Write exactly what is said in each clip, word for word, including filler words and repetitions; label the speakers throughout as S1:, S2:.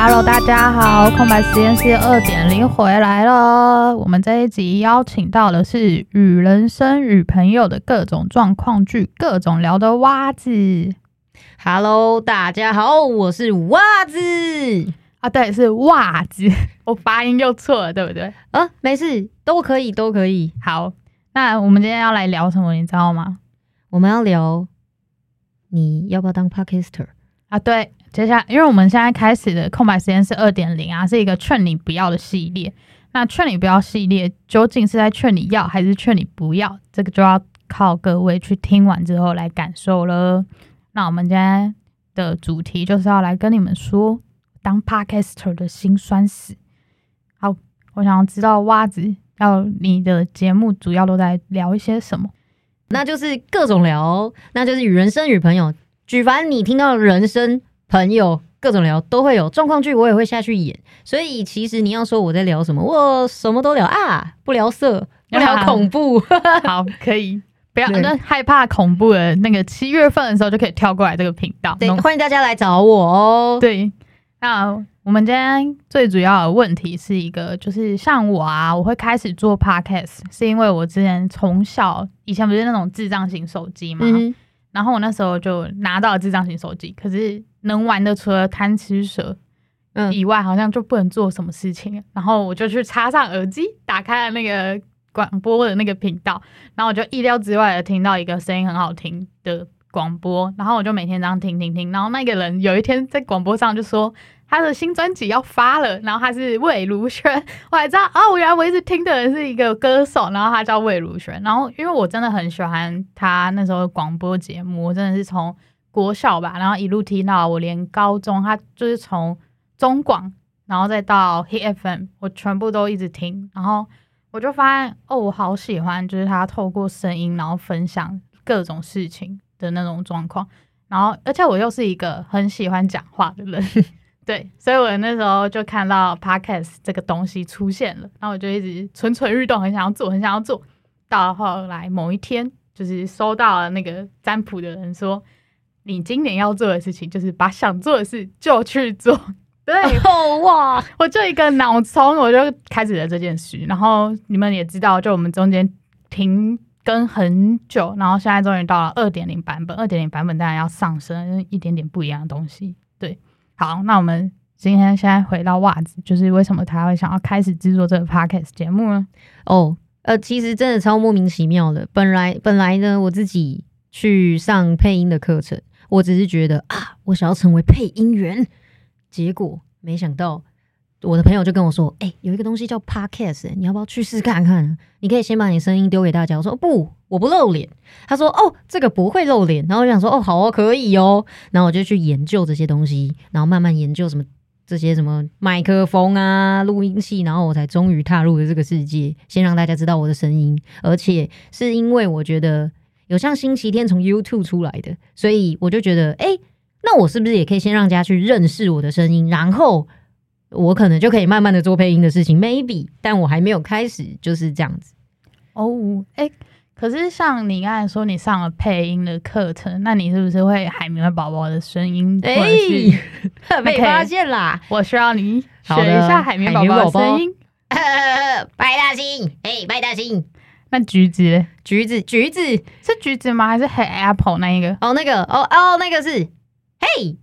S1: Hello， 大家好，空白实验室 二点零 回来了。我们这一集邀请到的是与人生与朋友的各种状况剧，各种聊的蛙子。
S2: Hello， 大家好，我是袜子
S1: 啊，对，是袜子，我发音又错了，对不对？
S2: 啊，没事，都可以，都可以。
S1: 好，那我们今天要来聊什么，你知道吗？
S2: 我们要聊你要不要当 podcaster
S1: 啊，对。接下来，因为我们现在开始的空白实验室 二点零 啊，是一个劝你不要的系列。那劝你不要系列究竟是在劝你要还是劝你不要，这个就要靠各位去听完之后来感受了。那我们今天的主题就是要来跟你们说当 podcaster 的辛酸史。好，我想要知道蛙子要你的节目主要都在聊一些什么？
S2: 那就是各种聊，那就是与人生与朋友，举凡你听到的人生朋友各种聊都会有，状况剧我也会下去演，所以其实你要说我在聊什么，我什么都聊啊，不聊色，不聊恐怖。
S1: 好，可以，不要那害怕恐怖的那个七月份的时候就可以跳过来这个频道。
S2: 对，欢迎大家来找我哦。
S1: 对，那我们今天最主要的问题是一个，就是像我啊，我会开始做 podcast， 是因为我之前从小以前不是那种智障型手机嘛。嗯，然后我那时候就拿到了智障型手机，可是能玩的除了贪吃蛇以外，好像就不能做什么事情。然后我就去插上耳机，打开了那个广播的那个频道，然后我就意料之外的听到一个声音很好听的广播，然后我就每天这样听听听。然后那个人有一天在广播上就说他的新专辑要发了，然后他是魏如萱，我还知道哦，原来我一直听的人是一个歌手，然后他叫魏如萱。然后因为我真的很喜欢他那时候的广播节目，我真的是从国小吧，然后一路听到我连高中，他就是从中广，然后再到 Hit F M， 我全部都一直听。然后我就发现哦，我好喜欢，就是他透过声音，然后分享各种事情的那种状况。然后而且我又是一个很喜欢讲话的人。对，所以我那时候就看到 podcast 这个东西出现了，然后我就一直蠢蠢欲动，很想要做，很想要做。到后来某一天，就是收到了那个占卜的人说，你今年要做的事情就是把想做的事就去做。对，
S2: 哦哇，
S1: 我就一个脑冲，我就开始了这件事。然后你们也知道，就我们中间停更很久，然后现在终于到了 二点零 版本。二点零 版本当然要上升一点点不一样的东西。对。好，那我们今天现在回到袜子，就是为什么他会想要开始制作这个 podcast 节目呢？
S2: 哦，呃，其实真的超莫名其妙的。本来本来呢，我自己去上配音的课程，我只是觉得啊，我想要成为配音员。结果没想到，我的朋友就跟我说：“哎、欸，有一个东西叫 podcast，、欸、你要不要去试看看？你可以先把你声音丢给大家。”我说：“不，我不露脸。”他说：“哦，这个不会露脸。”然后我就想说：“哦，好哦，可以哦。”然后我就去研究这些东西，然后慢慢研究什么这些什么麦克风啊、录音器，然后我才终于踏入了这个世界，先让大家知道我的声音。而且是因为我觉得有像星期天从 YouTube 出来的，所以我就觉得，哎、欸，那我是不是也可以先让大家去认识我的声音，然后我可能就可以慢慢的做配音的事情 ，maybe， 但我还没有开始，就是这样子。
S1: 哦，哎、欸，可是像你刚才说你上了配音的课程，那你是不是会海绵宝宝的声音？哎、
S2: 欸，被发现啦！
S1: 我需要你学一下海绵宝宝的声音。
S2: 白大星，哎，白大星。
S1: 那橘子呢？
S2: 橘子，橘子
S1: 是橘子吗？还是 Hey Apple 那一个？
S2: 哦，那个，哦哦，那个是 Hey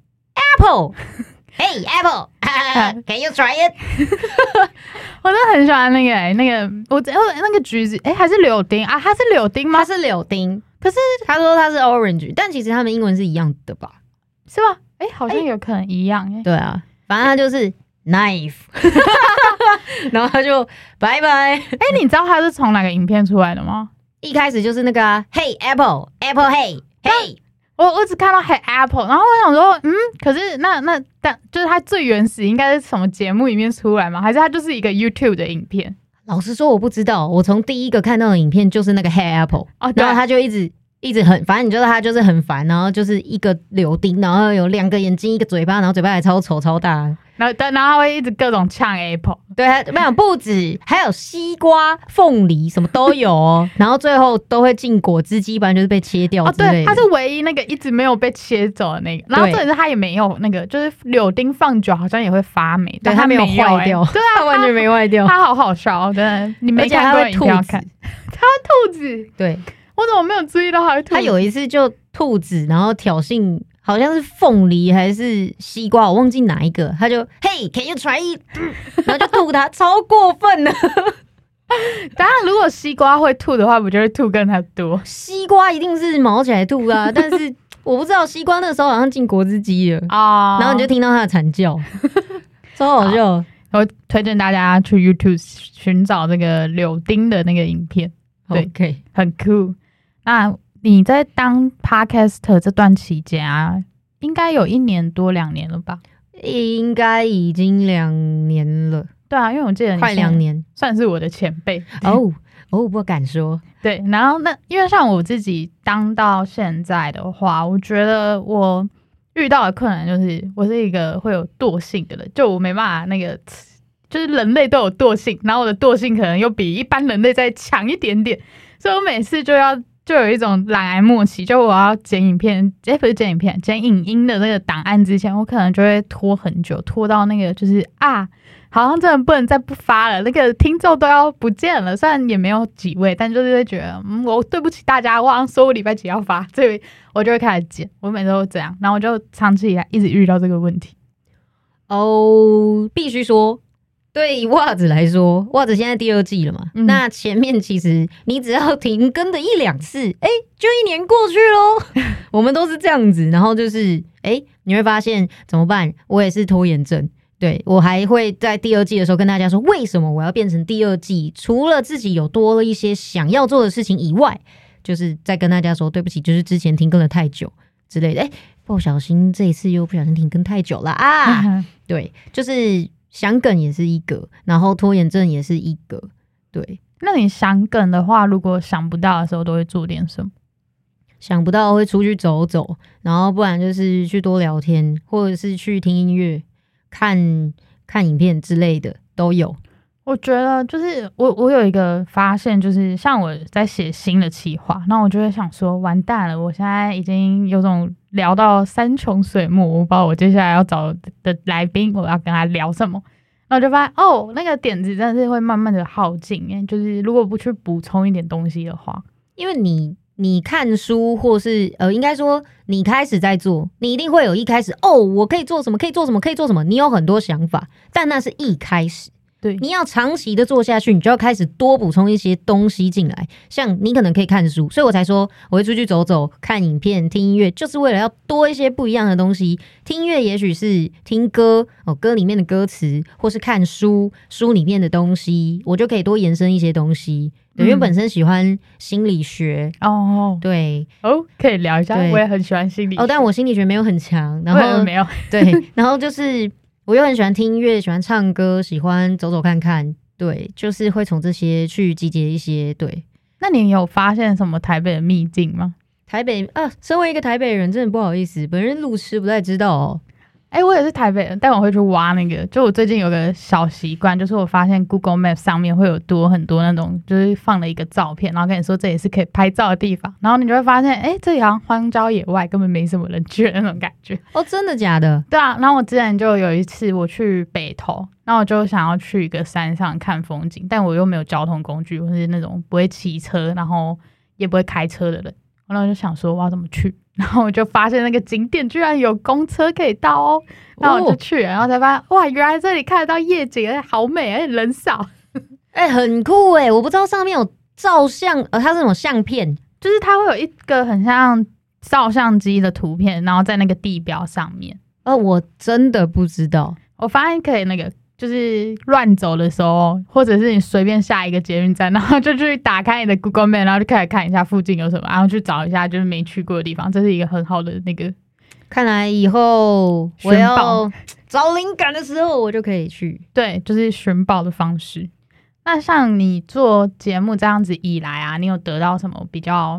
S2: Apple。Hey Apple，Can you try it？
S1: 我真的很喜欢那个、欸、那个我那个橘子，哎、欸，还是柳丁啊？它是柳丁吗？
S2: 它是柳丁，
S1: 可是
S2: 他说它是 orange， 但其实他们英文是一样的吧？
S1: 是吧？哎、欸，好像有可能一样哎、欸。
S2: 对啊，反正它就是 knife， 然后他就拜拜。哎、
S1: 欸，你知道他是从哪个影片出来的吗？
S2: 一开始就是那个、啊、Hey Apple，Apple Hey Hey。
S1: 我我只看到 Hey Apple， 然后我想说，嗯，可是那那但就是它最原始应该是什么节目里面出来吗？还是它就是一个 YouTube 的影片？
S2: 老实说，我不知道。我从第一个看到的影片就是那个 Hey Apple，、哦、然后他就一直一直很，反正你觉得他就是很烦，然后就是一个柳丁，然后有两个眼睛，一个嘴巴，然后嘴巴还超丑超大，
S1: 然后然后他会一直各种呛 Apple，
S2: 对，没有不止，还有西瓜、凤梨什么都有哦，然后最后都会进果汁机，不然就是被切掉之类的。
S1: 哦，对，他是唯一那个一直没有被切走的那个，然后重点是他也没有那个，就是柳丁放久好像也会发霉，
S2: 对，
S1: 但他
S2: 没有
S1: 坏
S2: 坏掉，
S1: 对啊，
S2: 他完全没坏掉，
S1: 他好好笑，真的，你没看过影片要看，他会兔子，
S2: 对。
S1: 我怎么没有注意到他会兔子？
S2: 他有一次就兔子，然后挑衅，好像是凤梨还是西瓜，我忘记哪一个，他就嘿 ，Can you try it？ 然后就吐他，超过分的。
S1: 当然，如果西瓜会吐的话，不就会吐更他多？
S2: 西瓜一定是毛起来吐啊，但是我不知道西瓜那时候好像进果汁机了啊， oh. 然后你就听到他的惨叫，超好笑。
S1: 我推荐大家去 YouTube 寻找这个柳丁的那个影片，对，okay. 很酷。那你在当 Podcaster 这段期间啊，应该有一年多两年了吧？
S2: 应该已经两年了。
S1: 对啊，因为我记得你
S2: 快两年，
S1: 算是我的前辈
S2: 哦哦，不敢说。
S1: 对，然后那因为像我自己当到现在的话，我觉得我遇到的困难就是我是一个会有惰性的人，就我没办法那个，就是人类都有惰性，然后我的惰性可能又比一般人类再强一点点，所以我每次就要。就有一种懒癌末期，就我要剪影片，哎，不是剪影片，剪影音的那个档案之前，我可能就会拖很久，拖到那个就是啊，好像真的不能再不发了，那个听众都要不见了，虽然也没有几位，但就是会觉得，嗯，我对不起大家，我好像说我礼拜几要发，所以我就会开始剪，我每次都这样，然后我就长期以来一直遇到这个问题。
S2: 哦，必须说。对袜子来说，袜子现在第二季了嘛、嗯、那前面其实你只要停更的一两次，哎、欸，就一年过去咯我们都是这样子，然后就是哎、欸，你会发现怎么办？我也是拖延症，对，我还会在第二季的时候跟大家说，为什么我要变成第二季？除了自己有多了一些想要做的事情以外，就是再跟大家说对不起，就是之前停更了太久之类的。哎、欸，不小心这一次又不小心停更太久了啊！对，就是。想梗也是一个，然后拖延症也是一个，对。
S1: 那你想梗的话，如果想不到的时候，都会做点什么？
S2: 想不到会出去走走，然后不然就是去多聊天，或者是去听音乐、看看影片之类的都有。
S1: 我觉得就是我我有一个发现，就是像我在写新的企划，那我就会想说，完蛋了，我现在已经有种聊到山穷水末，我不知道我接下来要找的来宾，我要跟他聊什么。然后我就发现，哦，那个点子真的是会慢慢的耗尽，就是如果不去补充一点东西的话，
S2: 因为你你看书或是呃，应该说你开始在做，你一定会有一开始哦，我可以做什么，可以做什么，可以做什么，你有很多想法，但那是一开始。
S1: 对，
S2: 你要长期的做下去，你就要开始多补充一些东西进来。像你可能可以看书，所以我才说我会出去走走、看影片、听音乐，就是为了要多一些不一样的东西。听音乐也许是听歌哦，歌里面的歌词，或是看书，书里面的东西，我就可以多延伸一些东西。对，因为本身喜欢心理学
S1: 哦，
S2: 对
S1: 哦，可以聊一下。我也很喜欢心理学
S2: 哦，但我心理学没有很强，然后
S1: 没有
S2: 对，然后就是。我又很喜欢听音乐，喜欢唱歌，喜欢走走看看，对，就是会从这些去集结一些。对，
S1: 那你有发现什么台北的秘境吗？
S2: 台北啊，身为一个台北人，真的不好意思，本人路痴不太知道哦。
S1: 哎、欸，我也是台北人，但我会去挖那个。就我最近有个小习惯，就是我发现 Google Map 上面会有多很多那种，就是放了一个照片，然后跟你说这也是可以拍照的地方，然后你就会发现，哎、欸，这里好像荒郊野外，根本没什么人去的那种感觉。
S2: 哦，真的假的？
S1: 对啊。然后我之前就有一次我去北投，然后我就想要去一个山上看风景，但我又没有交通工具，我是那种不会骑车，然后也不会开车的人，然后我就想说我要怎么去。然后我就发现那个景点居然有公车可以到哦，然后我就去了，然后才发现哇，原来这里看得到夜景，好美，而且人少，
S2: 哎、欸，很酷哎！我不知道上面有照相，呃，它是什么相片？
S1: 就是它会有一个很像照相机的图片，然后在那个地标上面。
S2: 呃，我真的不知道，
S1: 我发现可以那个。就是乱走的时候，或者是你随便下一个捷运站，然后就去打开你的 Google Map， 然后就开始看一下附近有什么，然后去找一下就是没去过的地方，这是一个很好的那个。
S2: 看来以后我要找灵感的时候，我就可以去。
S1: 对，就是寻宝的方式。那像你做节目这样子以来啊，你有得到什么比较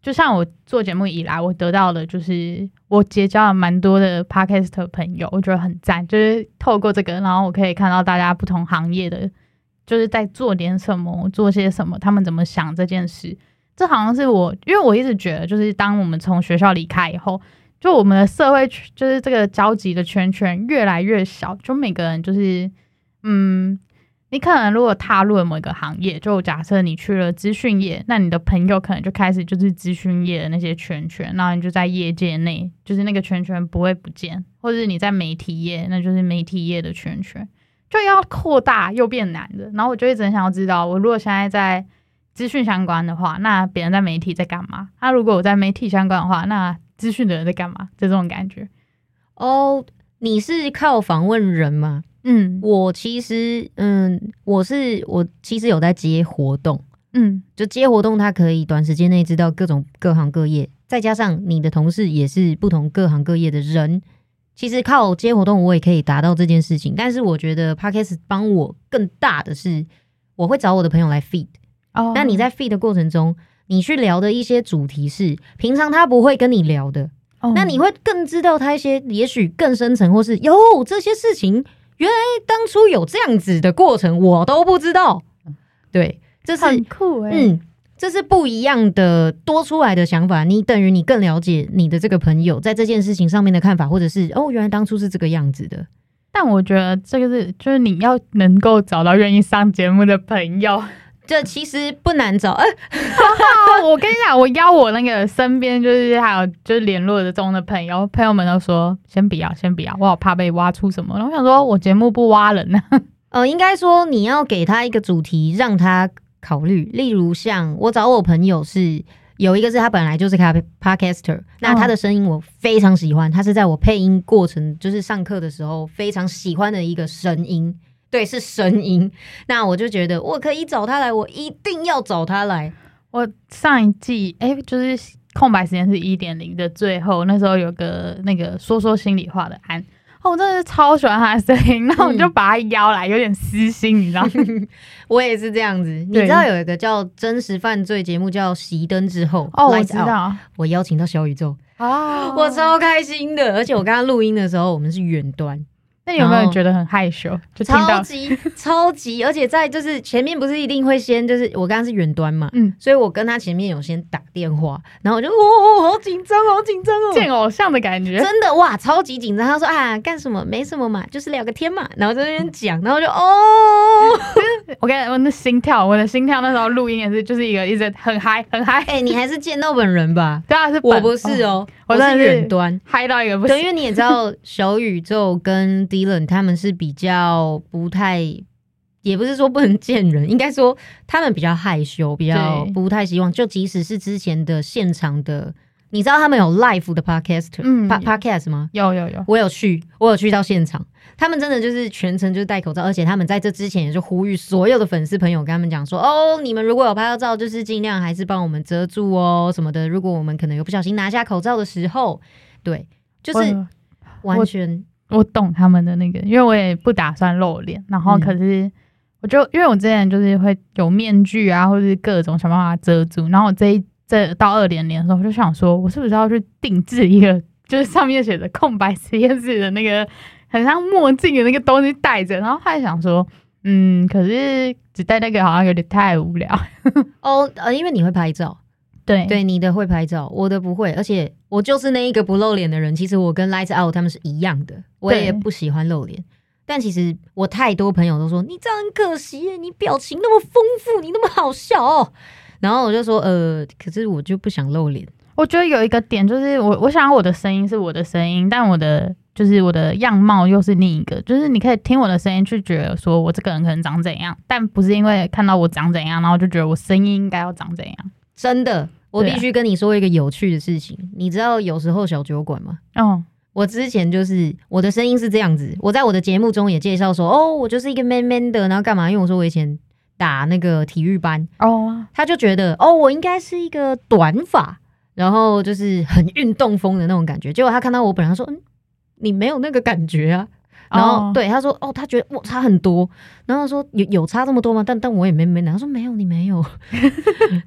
S1: 就像我做节目以来，我得到的就是我结交了蛮多的 podcast 朋友，我觉得很赞。就是透过这个，然后我可以看到大家不同行业的，就是在做点什么，做些什么，他们怎么想这件事。这好像是我，因为我一直觉得，就是当我们从学校离开以后，就我们的社会就是这个交集的圈圈越来越小，就每个人就是嗯。你可能如果踏入了某一个行业，就假设你去了资讯业，那你的朋友可能就开始就是资讯业的那些圈圈，然后你就在业界内，就是那个圈圈不会不见，或者是你在媒体业，那就是媒体业的圈圈，就要扩大又变难的。然后我就一直很想要知道，我如果现在在资讯相关的话，那别人在媒体在干嘛？那如果我在媒体相关的话，那资讯的人在干嘛？这种感觉。
S2: 哦，你是靠访问人吗？嗯，我其实，嗯，我是我其实有在接活动，嗯，就接活动，它可以短时间内知道各种各行各业，再加上你的同事也是不同各行各业的人，其实靠接活动我也可以达到这件事情。但是我觉得 Podcast 帮我更大的是，我会找我的朋友来 feed，哦，那你在 feed 的过程中，你去聊的一些主题是平常他不会跟你聊的，哦，那你会更知道他一些也许更深层，或是有这些事情。原来当初有这样子的过程，我都不知道。对，这是
S1: 很酷欸。
S2: 嗯，这是不一样的多出来的想法。你等于你更了解你的这个朋友在这件事情上面的看法，或者是哦，原来当初是这个样子的。
S1: 但我觉得这个是，就是你要能够找到愿意上节目的朋友。
S2: 这其实不难找，哎、
S1: 欸，我跟你讲，我邀我那个身边就是还有就是联络的中的朋友，朋友们都说先不要，先不要，我好怕被挖出什么。然后我想说，我节目不挖人呢、啊。
S2: 呃，应该说你要给他一个主题，让他考虑。例如像我找我朋友是有一个是他本来就是开 podcaster， 那他的声音我非常喜欢，他是在我配音过程就是上课的时候非常喜欢的一个声音。对，是声音。那我就觉得我可以找他来，我一定要找他来。
S1: 我上一季哎、欸，就是空白时间是 一点零 的最后，那时候有个那个说说心里话的安，哦，我真的是超喜欢他的声音，然后我就把他邀来，有点私心，你知道吗？
S2: 我也是这样子。你知道有一个叫真实犯罪节目叫熄灯之后，
S1: 哦，我知道，
S2: 我邀请到小宇宙，哦，我超开心的。而且我跟他录音的时候，我们是远端。
S1: 那你有没有觉得很害羞？就听到
S2: 超级超级，而且在就是前面不是一定会先就是我刚刚是远端嘛，嗯，所以我跟他前面有先打电话，然后我就哦，好紧张，好紧张哦，
S1: 见偶像的感觉，
S2: 真的哇，超级紧张。他说啊，干什么？没什么嘛，就是聊个天嘛，然后在那边讲，然后就哦，
S1: 我跟我的心跳，我的心跳那时候录音也是就是一个一直很嗨很嗨。
S2: 哎、欸，你还是见到本人吧？
S1: 对啊，是
S2: 我不是哦，
S1: 我
S2: 是远端
S1: 嗨到一个不行。
S2: 对，因为你也知道小宇宙跟Dylan 他们是比较不太，也不是说不能见人，应该说他们比较害羞，比较不太希望。就即使是之前的现场的，你知道他们有 live 的 podcaster， 嗯 podcast 吗？
S1: 有有有，
S2: 我有去，我有去到现场。他们真的就是全程就是戴口罩，而且他们在这之前也是呼吁所有的粉丝朋友跟他们讲说，哦，你们如果有拍到照，就是尽量还是帮我们遮住哦什么的。如果我们可能有不小心拿下口罩的时候，对，就是完全。
S1: 我懂他们的那个，因为我也不打算露脸，然后可是我就、嗯、因为我之前就是会有面具啊，或是各种想办法遮住，然后我这一这到二点零的时候，我就想说，我是不是要去定制一个，就是上面写着空白实验室的那个很像墨镜的那个东西戴着，然后后来想说，嗯，可是只戴那个好像有点太无聊
S2: 哦，呃，因为你会拍照。对对，你的会拍照，我的不会，而且我就是那一个不露脸的人。其实我跟 Lights Out 他们是一样的，我也不喜欢露脸。但其实我太多朋友都说你这样很可惜耶，你表情那么丰富，你那么好笑哦。然后我就说呃，可是我就不想露脸。
S1: 我觉得有一个点就是我我想要我的声音是我的声音，但我的就是我的样貌又是另一个，就是你可以听我的声音去觉得说我这个人可能长怎样，但不是因为看到我长怎样，然后就觉得我声音应该要长怎样。
S2: 真的，我必须跟你说一个有趣的事情，啊、你知道有时候小酒馆吗？
S1: 哦，
S2: 我之前就是我的声音是这样子，我在我的节目中也介绍说，哦，我就是一个 man man 的，然后干嘛？因为我说我以前打那个体育班，哦，他就觉得哦，我应该是一个短发，然后就是很运动风的那种感觉。结果他看到我本人，他说，嗯，你没有那个感觉啊。然后、oh. 对他说，哦，他觉得我差很多，然后说有有差这么多吗？但但我也没没拿，他说没有，你没有，对。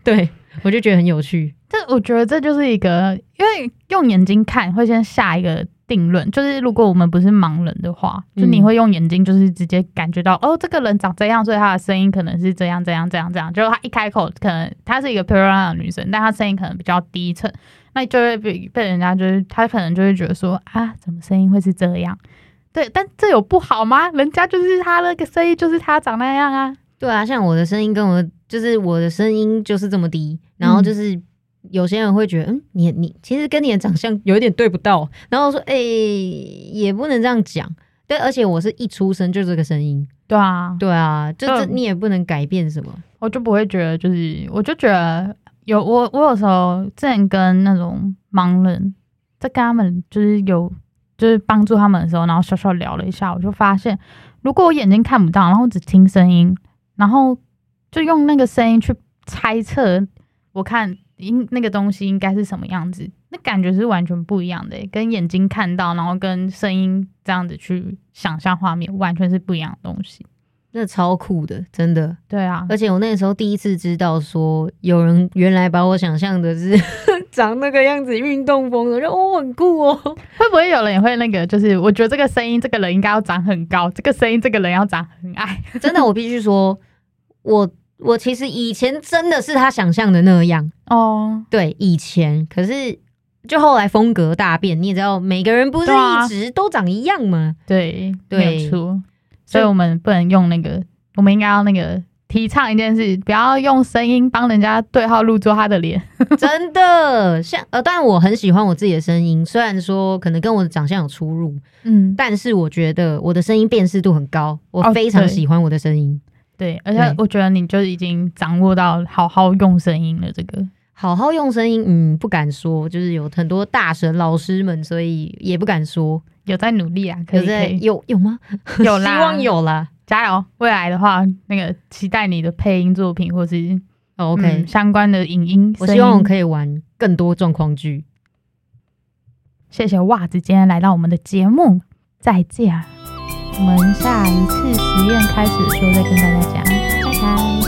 S2: 我就觉得很有趣。
S1: 这我觉得这就是一个，因为用眼睛看会先下一个定论，就是如果我们不是盲人的话，就你会用眼睛就是直接感觉到、嗯、哦，这个人长这样，所以他的声音可能是这样这样这样这样。就是他一开口，可能她是一个漂亮的女生，但她声音可能比较低沉，那就会被被人家就是他可能就会觉得说啊，怎么声音会是这样？对，但这有不好吗？人家就是他那个声音，就是他长那样啊。
S2: 对啊，像我的声音跟我就是我的声音就是这么低，然后就是。嗯有些人会觉得，嗯，你你其实跟你的长相有一点对不到，然后说，哎、欸，也不能这样讲。对，而且我是一出生就这个声音。
S1: 对啊，
S2: 对啊，就这你也不能改变什么。
S1: 我就不会觉得，就是我就觉得有我我有时候之前跟那种盲人在跟他们就是有就是帮助他们的时候，然后小小聊了一下，我就发现，如果我眼睛看不到，然后只听声音，然后就用那个声音去猜测，我看。那个东西应该是什么样子，那感觉是完全不一样的，跟眼睛看到然后跟声音这样子去想象画面完全是不一样的东西。
S2: 那超酷的，真的。
S1: 对啊，
S2: 而且我那时候第一次知道说有人原来把我想象的是长那个样子，运动风，我就哦很酷哦。
S1: 会不会有人也会那个，就是我觉得这个声音这个人应该要长很高，这个声音这个人要长很矮。
S2: 真的，我必须说我我其实以前真的是他想象的那样哦，对，以前可是就后来风格大变，你也知道，每个人不是一直都长一样吗？
S1: 对，对，没有错。所以我们不能用那个，我们应该要那个提倡一件事，不要用声音帮人家对号入座他的脸。
S2: 真的，像呃，当然我很喜欢我自己的声音，虽然说可能跟我的长相有出入，嗯，但是我觉得我的声音辨识度很高，我非常喜欢我的声音。哦
S1: 对，而且我觉得你就已经掌握到好好用声音了。这个
S2: 好好用声音，嗯，不敢说，就是有很多大神老师们，所以也不敢说，
S1: 有在努力啊，可以，
S2: 有在有有吗？
S1: 有啦，
S2: 希望有啦，
S1: 加油！未来的话，那个期待你的配音作品，或是、
S2: 哦、OK、
S1: 嗯、相关的影音，
S2: 我希望我可以玩更多状况剧。
S1: 谢谢袜子今天来到我们的节目，再见。我们下一次实验开始的时候再跟大家讲，拜拜。